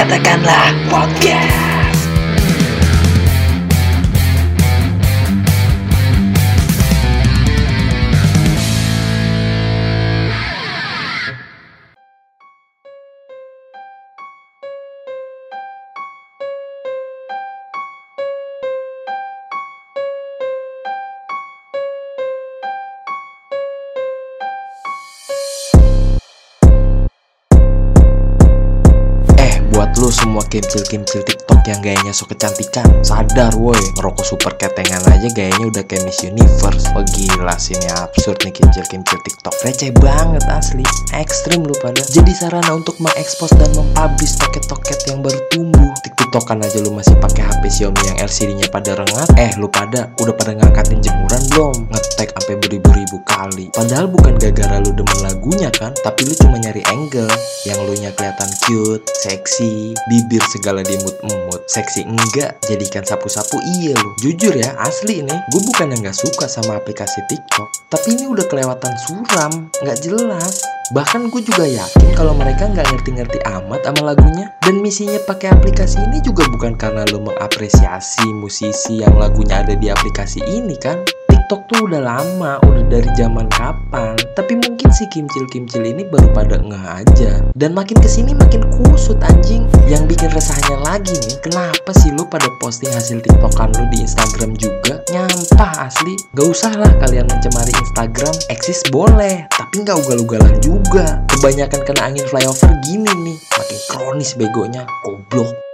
Katakanlah podcast. Buat lu semua kimcil-kimcil TikTok yang gayanya sok kecantikan, sadar woi, ngerokok super ketengan aja gayanya udah kayak Miss Universe. Oh gila sih, ini absurd nih kimcil-kimcil TikTok. Receh banget asli, ekstrim lu pada. Jadi sarana untuk mengekspos dan mempublish toket-toket yang baru tumbuh. TikTokan aja lu masih pakai HP Xiaomi yang LCD-nya pada rengat. Lu pada udah pada ngangkatin jemuran belum? Nge-tag sampai beribu-ribu kali. Padahal bukan gara-gara lu demen lagunya kan, tapi lu cuma nyari angle yang lu nya kelihatan cute, seksi, bibir segala dimut-emut. Seksi enggak, jadikan sapu-sapu iya lu. Jujur ya, asli nih, gue bukan yang gak suka sama aplikasi TikTok, tapi ini udah kelewatan suram, gak jelas. Bahkan gue juga yakin kalau mereka gak ngerti-ngerti amat sama lagunya. Dan misinya pakai aplikasi ini juga bukan karena lo mengapresiasi musisi yang lagunya ada di aplikasi ini kan. TikTok tuh udah lama, udah dari zaman kapan. Tapi mungkin si kimcil-kimcil ini baru pada ngeh aja. Dan makin kesini makin kusut anjing. Yang bikin resahnya lagi nih, kenapa sih lu pada posting hasil TikTokan lu di Instagram juga? Nyampah asli. Gak usah lah kalian mencemari Instagram. Eksis boleh, tapi gak ugal-ugalan juga. Kebanyakan kena angin flyover gini nih, makin kronis begonya, goblok.